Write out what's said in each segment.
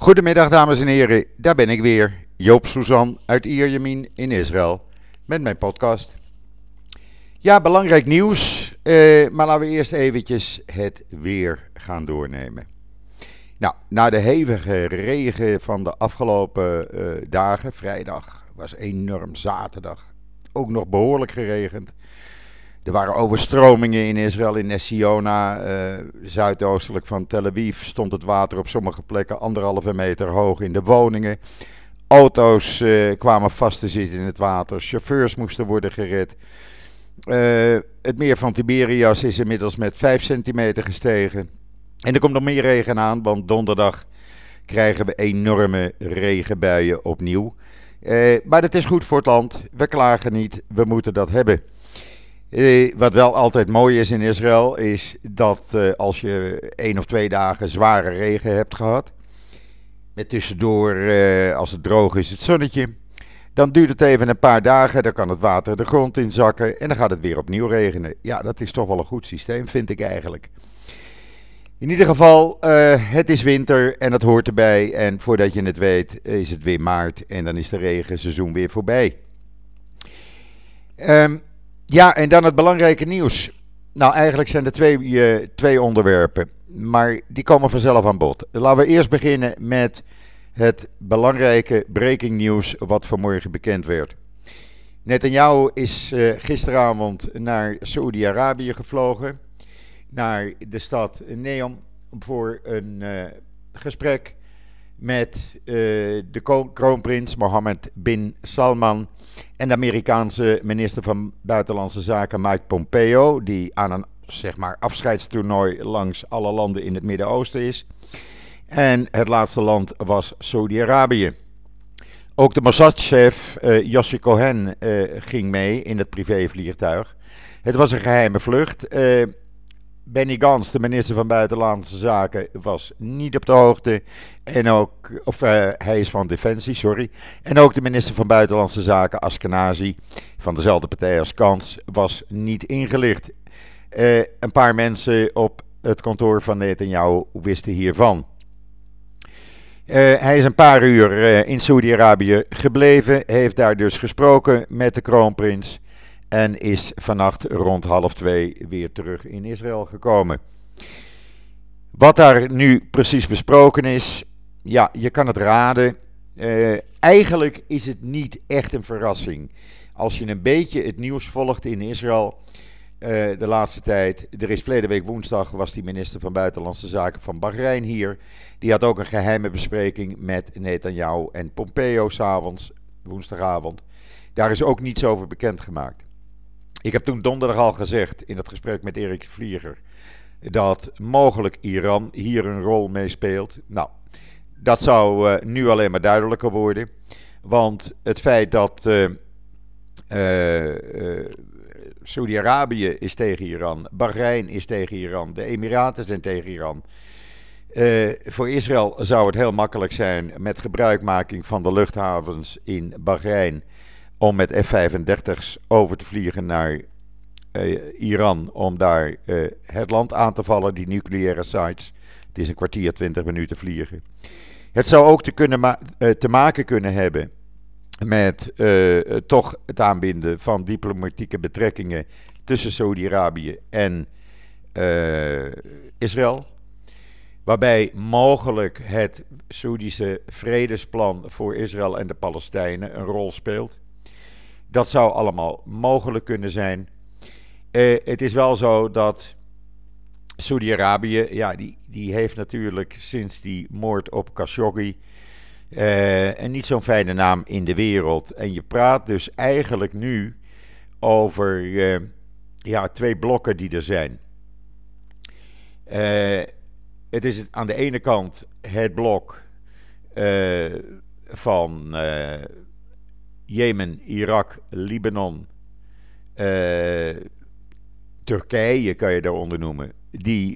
Goedemiddag dames en heren, daar ben ik weer, Joop Suzan uit Ierjemien in Israël, met mijn podcast. Ja, belangrijk nieuws, maar laten we eerst eventjes het weer gaan doornemen. Nou, na de hevige regen van de afgelopen dagen, vrijdag was enorm, zaterdag ook nog behoorlijk geregend. Er waren overstromingen in Israël, in Ness-Ziona, zuidoostelijk van Tel Aviv stond het water op sommige plekken 1,5 meter hoog in de woningen. Auto's kwamen vast te zitten in het water, chauffeurs moesten worden gered. Het meer van Tiberias is inmiddels met 5 centimeter gestegen. En er komt nog meer regen aan, want donderdag krijgen we enorme regenbuien opnieuw. Maar dat is goed voor het land, we klagen niet, we moeten dat hebben. Wat wel altijd mooi is in Israël, is dat als je 1 of 2 dagen zware regen hebt gehad, met tussendoor, als het droog is, het zonnetje, dan duurt het even een paar dagen, dan kan het water de grond inzakken en dan gaat het weer opnieuw regenen. Ja, dat is toch wel een goed systeem, vind ik eigenlijk. In ieder geval, het is winter en dat hoort erbij en voordat je het weet is het weer maart en dan is de regenseizoen weer voorbij. Ja, en dan het belangrijke nieuws. Nou, eigenlijk zijn er twee onderwerpen, maar die komen vanzelf aan bod. Laten we eerst beginnen met het belangrijke breaking news wat vanmorgen bekend werd. Netanyahu is gisteravond naar Saoedi-Arabië gevlogen, naar de stad Neom, voor een gesprek met de kroonprins Mohammed bin Salman en de Amerikaanse minister van Buitenlandse Zaken Mike Pompeo, die aan een afscheidstoernooi langs alle landen in het Midden-Oosten is. En het laatste land was Saudi-Arabië. Ook de Mossad-chef Yossi Cohen ging mee in het privévliegtuig. Het was een geheime vlucht. Benny Gantz, de minister van Buitenlandse Zaken, was niet op de hoogte. Hij is van Defensie, sorry. En ook de minister van Buitenlandse Zaken, Ashkenazi, van dezelfde partij als Gantz, was niet ingelicht. Een paar mensen op het kantoor van Netanyahu wisten hiervan. Hij is een paar uur in Saudi-Arabië gebleven, heeft daar dus gesproken met de kroonprins en is vannacht rond 1:30 weer terug in Israël gekomen. Wat daar nu precies besproken is, ja, je kan het raden. Eigenlijk is het niet echt een verrassing. Als je een beetje het nieuws volgt in Israël de laatste tijd. Er is verleden week woensdag, was die minister van Buitenlandse Zaken van Bahrein hier. Die had ook een geheime bespreking met Netanyahu en Pompeo 's avonds, woensdagavond. Daar is ook niets over bekendgemaakt. Ik heb toen donderdag al gezegd in het gesprek met Erik Vlieger dat mogelijk Iran hier een rol mee speelt. Nou, dat zou nu alleen maar duidelijker worden. Want het feit dat Saudi-Arabië is tegen Iran, Bahrein is tegen Iran, de Emiraten zijn tegen Iran. Voor Israël zou het heel makkelijk zijn met gebruikmaking van de luchthavens in Bahrein om met F-35's over te vliegen naar Iran, om daar het land aan te vallen, die nucleaire sites. Het is een kwartier, 20 minuten vliegen. Het zou ook te maken kunnen hebben met toch het aanbinden van diplomatieke betrekkingen tussen Saudi-Arabië en Israël. Waarbij mogelijk het Saoedische vredesplan voor Israël en de Palestijnen een rol speelt. Dat zou allemaal mogelijk kunnen zijn. Het is wel zo dat Saudi-Arabië, ja, die heeft natuurlijk sinds die moord op Khashoggi en niet zo'n fijne naam in de wereld. En je praat dus eigenlijk nu over 2 blokken die er zijn. Het is aan de ene kant het blok van Jemen, Irak, Libanon, Turkije kan je daaronder noemen, die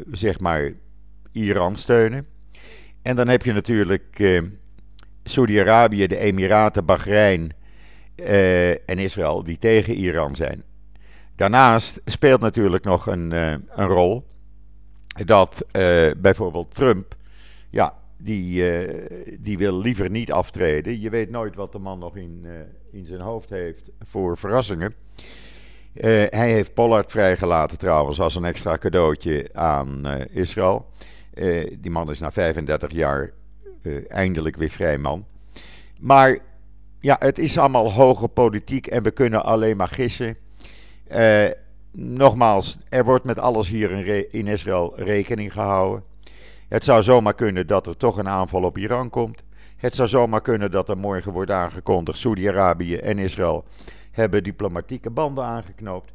Iran steunen. En dan heb je natuurlijk Saudi-Arabië, de Emiraten, Bahrein en Israël die tegen Iran zijn. Daarnaast speelt natuurlijk nog een rol dat bijvoorbeeld Trump die wil liever niet aftreden. Je weet nooit wat de man nog in zijn hoofd heeft voor verrassingen. Hij heeft Pollard vrijgelaten trouwens als een extra cadeautje aan Israël. Die man is na 35 jaar eindelijk weer vrij man. Maar ja, het is allemaal hoge politiek en we kunnen alleen maar gissen. Nogmaals, er wordt met alles hier in Israël rekening gehouden. Het zou zomaar kunnen dat er toch een aanval op Iran komt. Het zou zomaar kunnen dat er morgen wordt aangekondigd: Saudi-Arabië en Israël hebben diplomatieke banden aangeknoopt.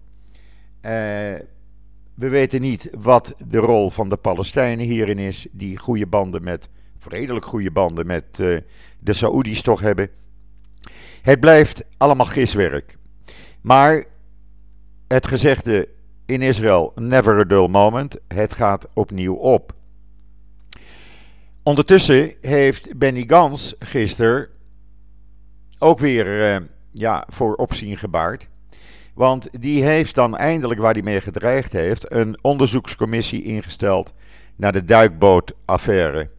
We weten niet wat de rol van de Palestijnen hierin is, die redelijk goede banden met de Saoedi's toch hebben. Het blijft allemaal giswerk. Maar het gezegde in Israël, never a dull moment, het gaat opnieuw op. Ondertussen heeft Benny Gantz gisteren ook weer voor opzien gebaard. Want die heeft dan eindelijk, waar hij mee gedreigd heeft, een onderzoekscommissie ingesteld naar de duikbootaffaire.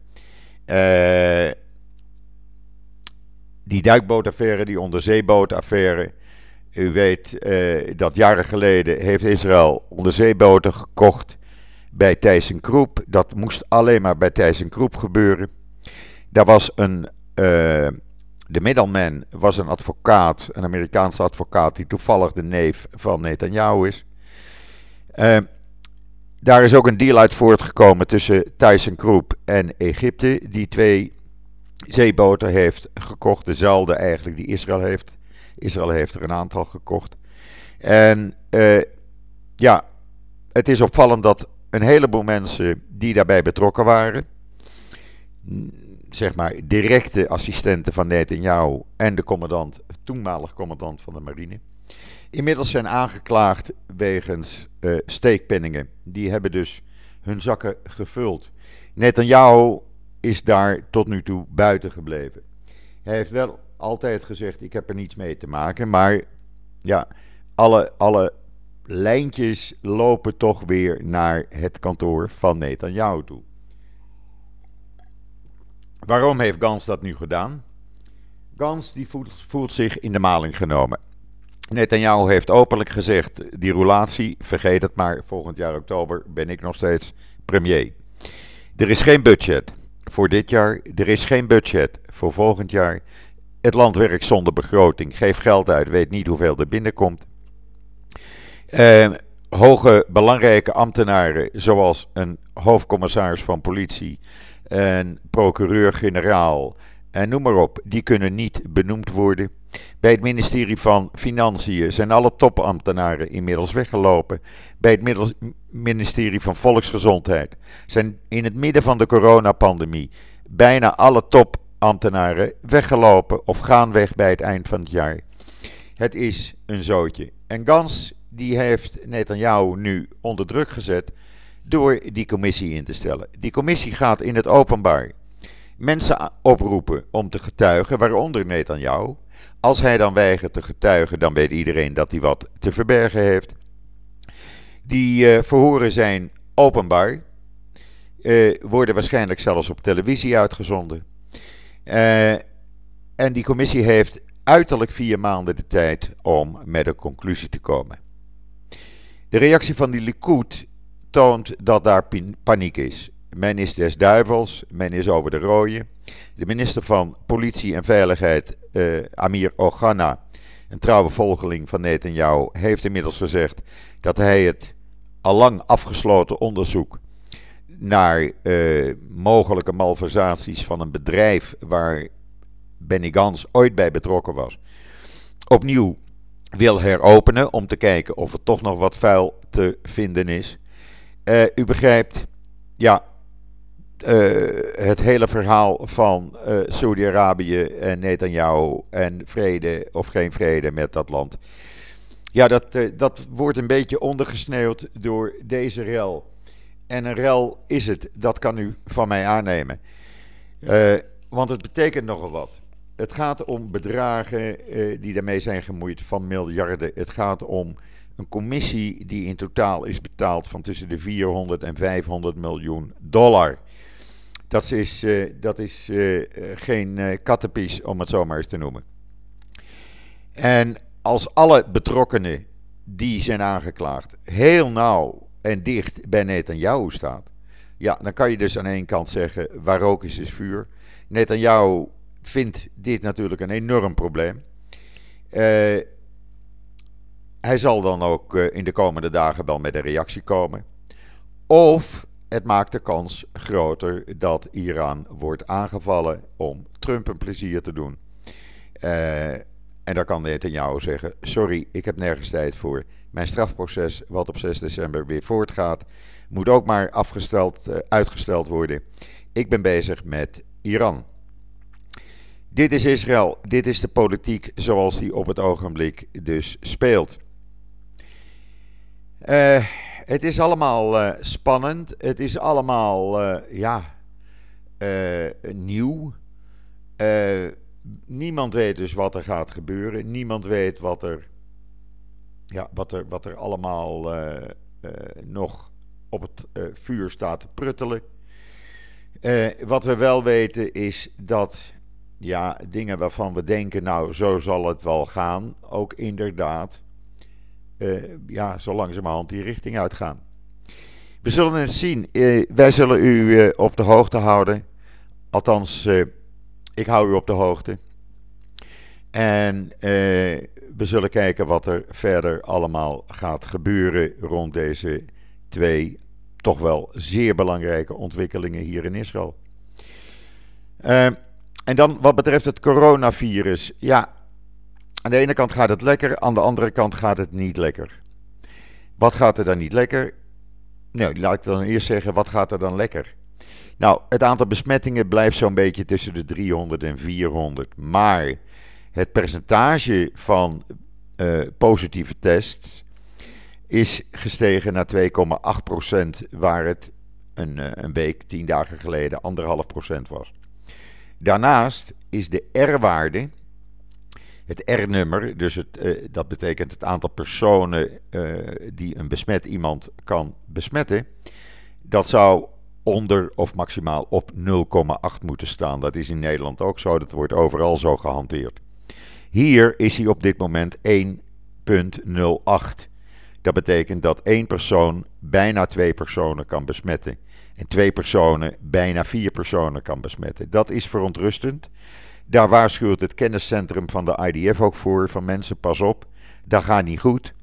Die duikbootaffaire, die onderzeebootaffaire. U weet dat jaren geleden heeft Israël onderzeeboten gekocht bij ThyssenKrupp. Dat moest alleen maar bij ThyssenKrupp gebeuren. Daar was de middleman was een advocaat, een Amerikaanse advocaat, die toevallig de neef van Netanyahu is. Daar is ook een deal uit voortgekomen tussen ThyssenKrupp en Egypte, die 2 zeeboten heeft gekocht, dezelfde eigenlijk die Israël heeft. Israël heeft er een aantal gekocht. En het is opvallend dat een heleboel mensen die daarbij betrokken waren, zeg maar directe assistenten van Netanyahu en de toenmalig commandant van de marine, inmiddels zijn aangeklaagd wegens steekpenningen. Die hebben dus hun zakken gevuld. Netanyahu is daar tot nu toe buiten gebleven. Hij heeft wel altijd gezegd: ik heb er niets mee te maken. Maar ja, alle lijntjes lopen toch weer naar het kantoor van Netanyahu toe. Waarom heeft Gantz dat nu gedaan? Gantz die voelt zich in de maling genomen. Netanyahu heeft openlijk gezegd: die roulatie, vergeet het maar, volgend jaar oktober ben ik nog steeds premier. Er is geen budget voor dit jaar, er is geen budget voor volgend jaar. Het land werkt zonder begroting, geeft geld uit, weet niet hoeveel er binnenkomt. Hoge belangrijke ambtenaren, zoals een hoofdcommissaris van politie, een procureur-generaal en noem maar op, die kunnen niet benoemd worden. Bij het ministerie van Financiën zijn alle topambtenaren inmiddels weggelopen. Bij het ministerie van Volksgezondheid zijn in het midden van de coronapandemie bijna alle topambtenaren weggelopen of gaan weg bij het eind van het jaar. Het is een zootje. En Gantz die heeft Netanyahu nu onder druk gezet door die commissie in te stellen. Die commissie gaat in het openbaar mensen oproepen om te getuigen, waaronder Netanyahu. Als hij dan weigert te getuigen, dan weet iedereen dat hij wat te verbergen heeft. Die verhoren zijn openbaar, worden waarschijnlijk zelfs op televisie uitgezonden. En die commissie heeft uiterlijk 4 maanden de tijd om met een conclusie te komen. De reactie van die Likud toont dat daar paniek is. Men is des duivels, men is over de rooie. De minister van Politie en Veiligheid, Amir Ohana, een trouwe volgeling van Netanyahu, heeft inmiddels gezegd dat hij het allang afgesloten onderzoek naar mogelijke malversaties van een bedrijf waar Benny Gantz ooit bij betrokken was, opnieuw wil heropenen om te kijken of er toch nog wat vuil te vinden is. U begrijpt, ja, het hele verhaal van Saudi-Arabië en Netanyahu en vrede of geen vrede met dat land. Ja, dat wordt een beetje ondergesneeuwd door deze rel. En een rel is het, dat kan u van mij aannemen. Want het betekent nogal wat. Het gaat om bedragen die daarmee zijn gemoeid van miljarden. Het gaat om een commissie die in totaal is betaald van tussen de 400 en 500 miljoen dollar. Dat is geen kattenpies, om het zo maar eens te noemen. En als alle betrokkenen die zijn aangeklaagd heel nauw en dicht bij Netanyahu staat, ja, dan kan je dus aan één kant zeggen, waar rook is vuur. Netanyahu vindt dit natuurlijk een enorm probleem. Hij zal dan ook in de komende dagen wel met een reactie komen. Of het maakt de kans groter dat Iran wordt aangevallen om Trump een plezier te doen. En dan kan Netanyahu zeggen, sorry, ik heb nergens tijd voor. Mijn strafproces, wat op 6 december weer voortgaat, moet ook maar uitgesteld worden. Ik ben bezig met Iran. Dit is Israël, dit is de politiek zoals die op het ogenblik dus speelt. Het is allemaal spannend, het is allemaal nieuw. Niemand weet dus wat er gaat gebeuren. Niemand weet wat er allemaal nog op het vuur staat te pruttelen. Wat we wel weten is dat dingen waarvan we denken, nou zo zal het wel gaan, ook inderdaad zo langzamerhand die richting uitgaan. We zullen het zien. Wij zullen u op de hoogte houden. Althans, ik hou u op de hoogte. En we zullen kijken wat er verder allemaal gaat gebeuren rond deze twee toch wel zeer belangrijke ontwikkelingen hier in Israël. En dan wat betreft het coronavirus. Ja, aan de ene kant gaat het lekker, aan de andere kant gaat het niet lekker. Wat gaat er dan niet lekker? Nou, laat ik dan eerst zeggen, wat gaat er dan lekker? Nou, het aantal besmettingen blijft zo'n beetje tussen de 300 en 400. Maar het percentage van positieve tests is gestegen naar 2,8%, waar het een week, 10 dagen geleden 1,5% was. Daarnaast is de R-waarde, het R-nummer, dus dat betekent het aantal personen die een besmet iemand kan besmetten, dat zou onder of maximaal op 0,8 moeten staan. Dat is in Nederland ook zo, dat wordt overal zo gehanteerd. Hier is hij op dit moment 1,08. Dat betekent dat 1 persoon bijna 2 personen kan besmetten. En 2 personen bijna 4 personen kan besmetten. Dat is verontrustend. Daar waarschuwt het kenniscentrum van de IDF ook voor. Van mensen, pas op, dat gaat niet goed.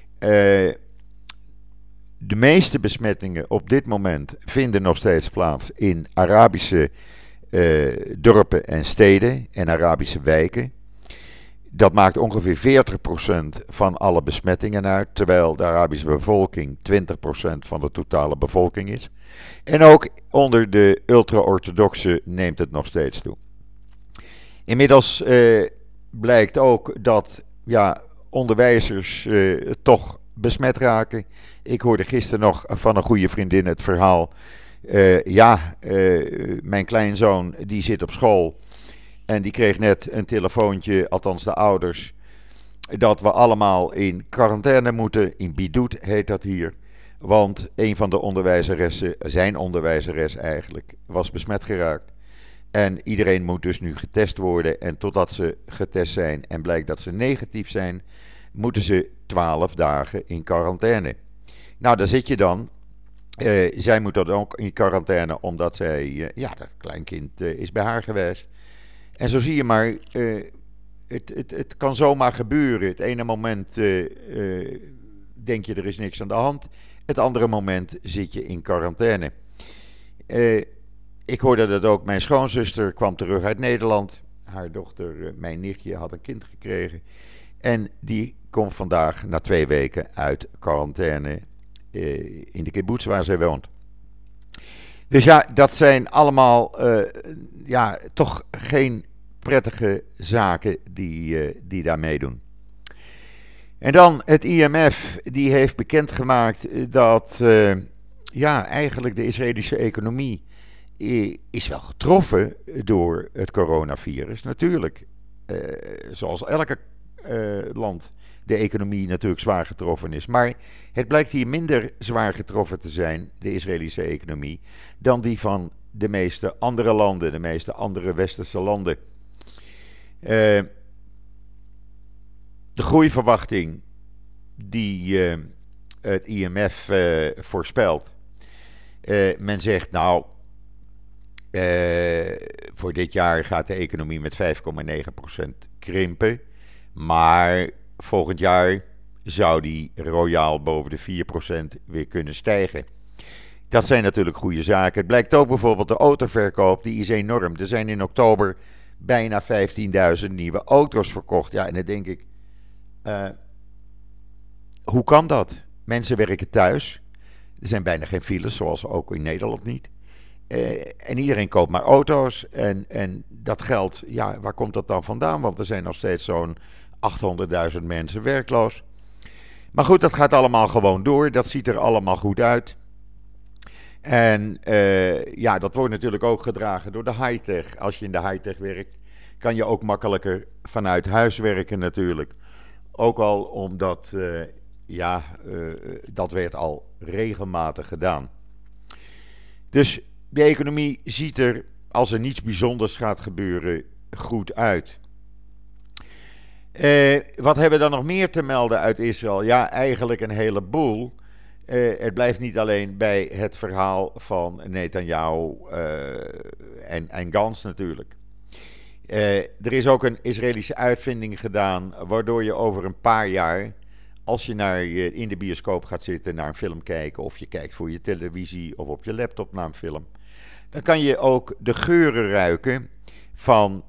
De meeste besmettingen op dit moment vinden nog steeds plaats in Arabische dorpen en steden en Arabische wijken. Dat maakt ongeveer 40% van alle besmettingen uit, terwijl de Arabische bevolking 20% van de totale bevolking is. En ook onder de ultra-orthodoxen neemt het nog steeds toe. Inmiddels blijkt ook dat onderwijzers toch besmet raken. Ik hoorde gisteren nog van een goede vriendin het verhaal. Mijn kleinzoon die zit op school. En die kreeg net een telefoontje, althans de ouders, dat we allemaal in quarantaine moeten. In Bidoet heet dat hier. Want een van de onderwijzeressen, zijn onderwijzeres eigenlijk, was besmet geraakt. En iedereen moet dus nu getest worden. En totdat ze getest zijn en blijkt dat ze negatief zijn, moeten ze 12 dagen in quarantaine. Nou, daar zit je dan. Zij moet dan ook in quarantaine, omdat zij, dat kleinkind is bij haar geweest. En zo zie je maar, het kan zomaar gebeuren. Het ene moment denk je er is niks aan de hand. Het andere moment zit je in quarantaine. Ik hoorde dat ook. Mijn schoonzuster kwam terug uit Nederland. Haar dochter, mijn nichtje, had een kind gekregen. En die komt vandaag na 2 weken uit quarantaine in de kibbutz waar zij woont. Dus ja, dat zijn allemaal toch geen prettige zaken die daar meedoen. En dan het IMF, die heeft bekendgemaakt dat eigenlijk de Israëlische economie is wel getroffen door het coronavirus. Natuurlijk, zoals elke land de economie natuurlijk zwaar getroffen is. Maar het blijkt hier minder zwaar getroffen te zijn, de Israëlische economie, dan die van de meeste andere landen, de meeste andere westerse landen. De groeiverwachting die het IMF voorspelt. Men zegt nou, voor dit jaar gaat de economie met 5,9% krimpen. Maar volgend jaar zou die royaal boven de 4% weer kunnen stijgen. Dat zijn natuurlijk goede zaken. Het blijkt ook bijvoorbeeld de autoverkoop, die is enorm. Er zijn in oktober bijna 15.000 nieuwe auto's verkocht. Ja, en dan denk ik, hoe kan dat? Mensen werken thuis. Er zijn bijna geen files, zoals ook in Nederland niet. En iedereen koopt maar auto's. En dat geld, ja, waar komt dat dan vandaan? Want er zijn nog steeds zo'n 800.000 mensen werkloos. Maar goed, dat gaat allemaal gewoon door. Dat ziet er allemaal goed uit. En ja, dat wordt natuurlijk ook gedragen door de high-tech. Als je in de high-tech werkt, kan je ook makkelijker vanuit huis werken natuurlijk. Ook al omdat, dat werd al regelmatig gedaan. Dus de economie ziet er, als er niets bijzonders gaat gebeuren, goed uit. Wat hebben we dan nog meer te melden uit Israël? Ja, eigenlijk een heleboel. Het blijft niet alleen bij het verhaal van Netanyahu en Gantz natuurlijk. Er is ook een Israëlische uitvinding gedaan, waardoor je over een paar jaar, als je in de bioscoop gaat zitten naar een film kijken, of je kijkt voor je televisie of op je laptop naar een film, dan kan je ook de geuren ruiken van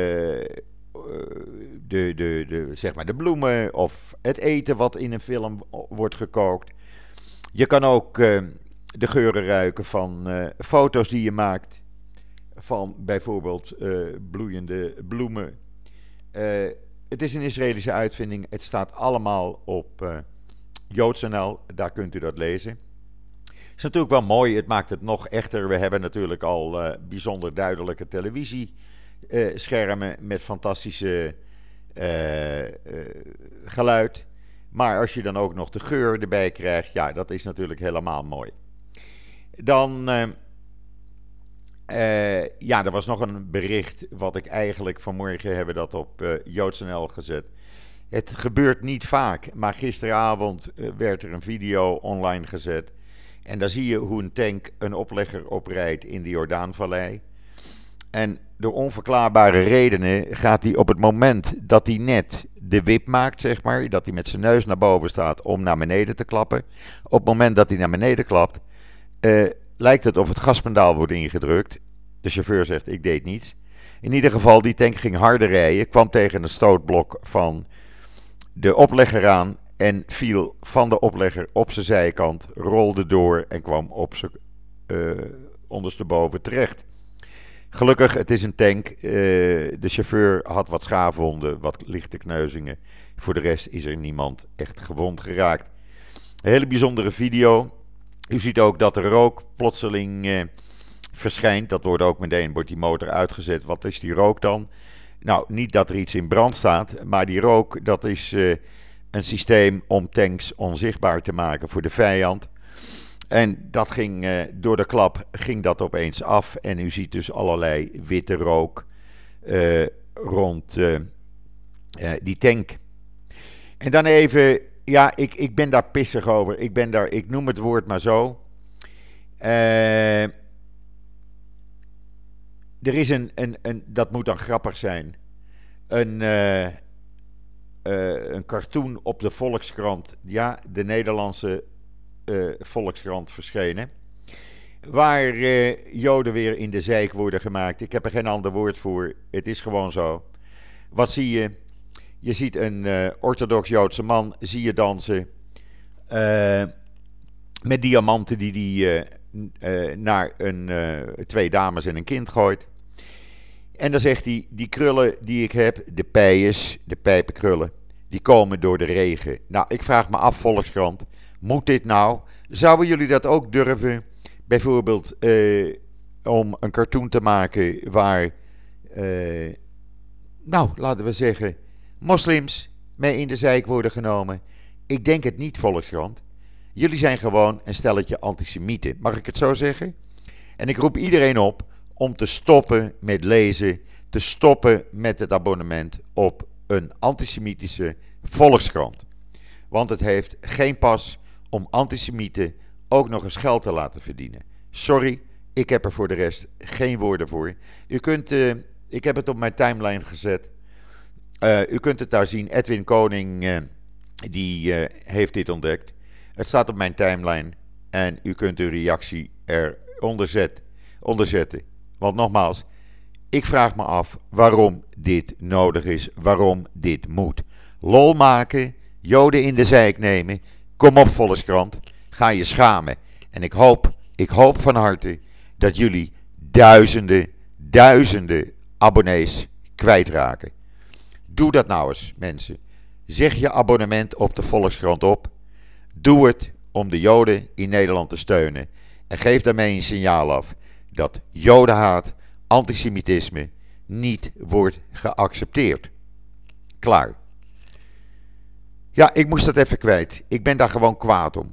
zeg maar de bloemen of het eten wat in een film wordt gekookt. Je kan ook de geuren ruiken van foto's die je maakt van bijvoorbeeld bloeiende bloemen. Het is een Israëlische uitvinding. Het staat allemaal op Joods.nl. Daar kunt u dat lezen. Het is natuurlijk wel mooi. Het maakt het nog echter. We hebben natuurlijk al bijzonder duidelijke televisieschermen met fantastische geluid. Maar als je dan ook nog de geur erbij krijgt, ja, dat is natuurlijk helemaal mooi. Dan, er was nog een bericht wat ik eigenlijk vanmorgen hebben dat op Joods.nl gezet. Het gebeurt niet vaak, maar gisteravond werd er een video online gezet. En daar zie je hoe een tank een oplegger oprijdt in de Jordaanvallei. En door onverklaarbare redenen gaat hij op het moment dat hij net de wip maakt, zeg maar, dat hij met zijn neus naar boven staat om naar beneden te klappen. Op het moment dat hij naar beneden klapt, lijkt het of het gaspedaal wordt ingedrukt. De chauffeur zegt, ik deed niets. In ieder geval, die tank ging harder rijden, kwam tegen een stootblok van de oplegger aan en viel van de oplegger op zijn zijkant, rolde door en kwam op zijn ondersteboven terecht. Gelukkig, het is een tank. De chauffeur had wat schaafwonden, wat lichte kneuzingen. Voor de rest is er niemand echt gewond geraakt. Een hele bijzondere video. U ziet ook dat de rook plotseling verschijnt. Dat wordt ook meteen, wordt die motor uitgezet. Wat is die rook dan? Nou, niet dat er iets in brand staat, maar die rook, dat is een systeem om tanks onzichtbaar te maken voor de vijand. En dat ging, door de klap ging dat opeens af. En u ziet dus allerlei witte rook rond die tank. En dan even, ja, ik ben daar pissig over. Ik noem het woord maar zo. Er is dat moet dan grappig zijn. Een cartoon op de Volkskrant. Ja, de Nederlandse Volkskrant verschenen. Waar Joden weer in de zeik worden gemaakt. Ik heb er geen ander woord voor. Het is gewoon zo. Wat zie je? Je ziet een orthodox Joodse man zie je dansen. Met diamanten die naar twee dames en een kind gooit. En dan zegt hij, die krullen die ik heb, de pijpenkrullen, die komen door de regen. Nou, ik vraag me af, Volkskrant, moet dit nou? Zouden jullie dat ook durven? Bijvoorbeeld om een cartoon te maken waar, laten we zeggen, moslims mee in de zeik worden genomen. Ik denk het niet, Volkskrant. Jullie zijn gewoon een stelletje antisemieten. Mag ik het zo zeggen? En ik roep iedereen op om te stoppen met lezen, te stoppen met het abonnement op een antisemitische volkskrant. Want het heeft geen pas om antisemieten ook nog eens geld te laten verdienen. Sorry, ik heb er voor de rest geen woorden voor. Ik heb het op mijn timeline gezet. U kunt het daar zien. Edwin Koning die heeft dit ontdekt. Het staat op mijn timeline. En u kunt uw reactie eronder zetten. Want nogmaals, ik vraag me af waarom dit nodig is. Waarom dit moet. Lol maken, Joden in de zijk nemen. Kom op Volkskrant, ga je schamen. En ik hoop van harte dat jullie duizenden abonnees kwijtraken. Doe dat nou eens, mensen. Zeg je abonnement op de Volkskrant op. Doe het om de Joden in Nederland te steunen. En geef daarmee een signaal af dat Jodenhaat, antisemitisme niet wordt geaccepteerd. Klaar. Ja, ik moest dat even kwijt. Ik ben daar gewoon kwaad om.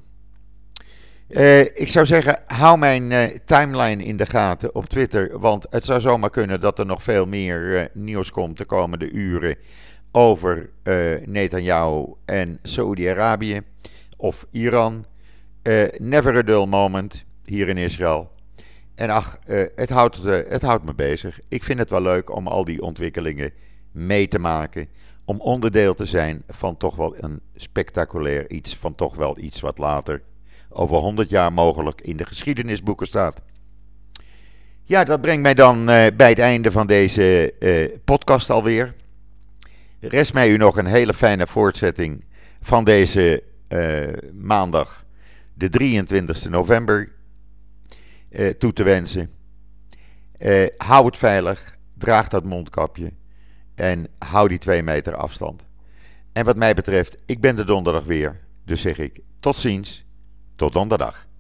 Ik zou zeggen, hou mijn timeline in de gaten op Twitter. Want het zou zomaar kunnen dat er nog veel meer nieuws komt de komende uren over Netanyahu en Saoedi-Arabië of Iran. Never a dull moment hier in Israël. En ach, het houdt me bezig. Ik vind het wel leuk om al die ontwikkelingen mee te maken. Om onderdeel te zijn van toch wel een spectaculair iets. Van toch wel iets wat later over 100 jaar mogelijk in de geschiedenisboeken staat. Ja, dat brengt mij dan bij het einde van deze podcast alweer. Rest mij u nog een hele fijne voortzetting van deze maandag, de 23 november, toe te wensen. Hou het veilig, draag dat mondkapje en hou die 2 meter afstand. En wat mij betreft, ik ben de donderdag weer, dus zeg ik tot ziens, tot donderdag.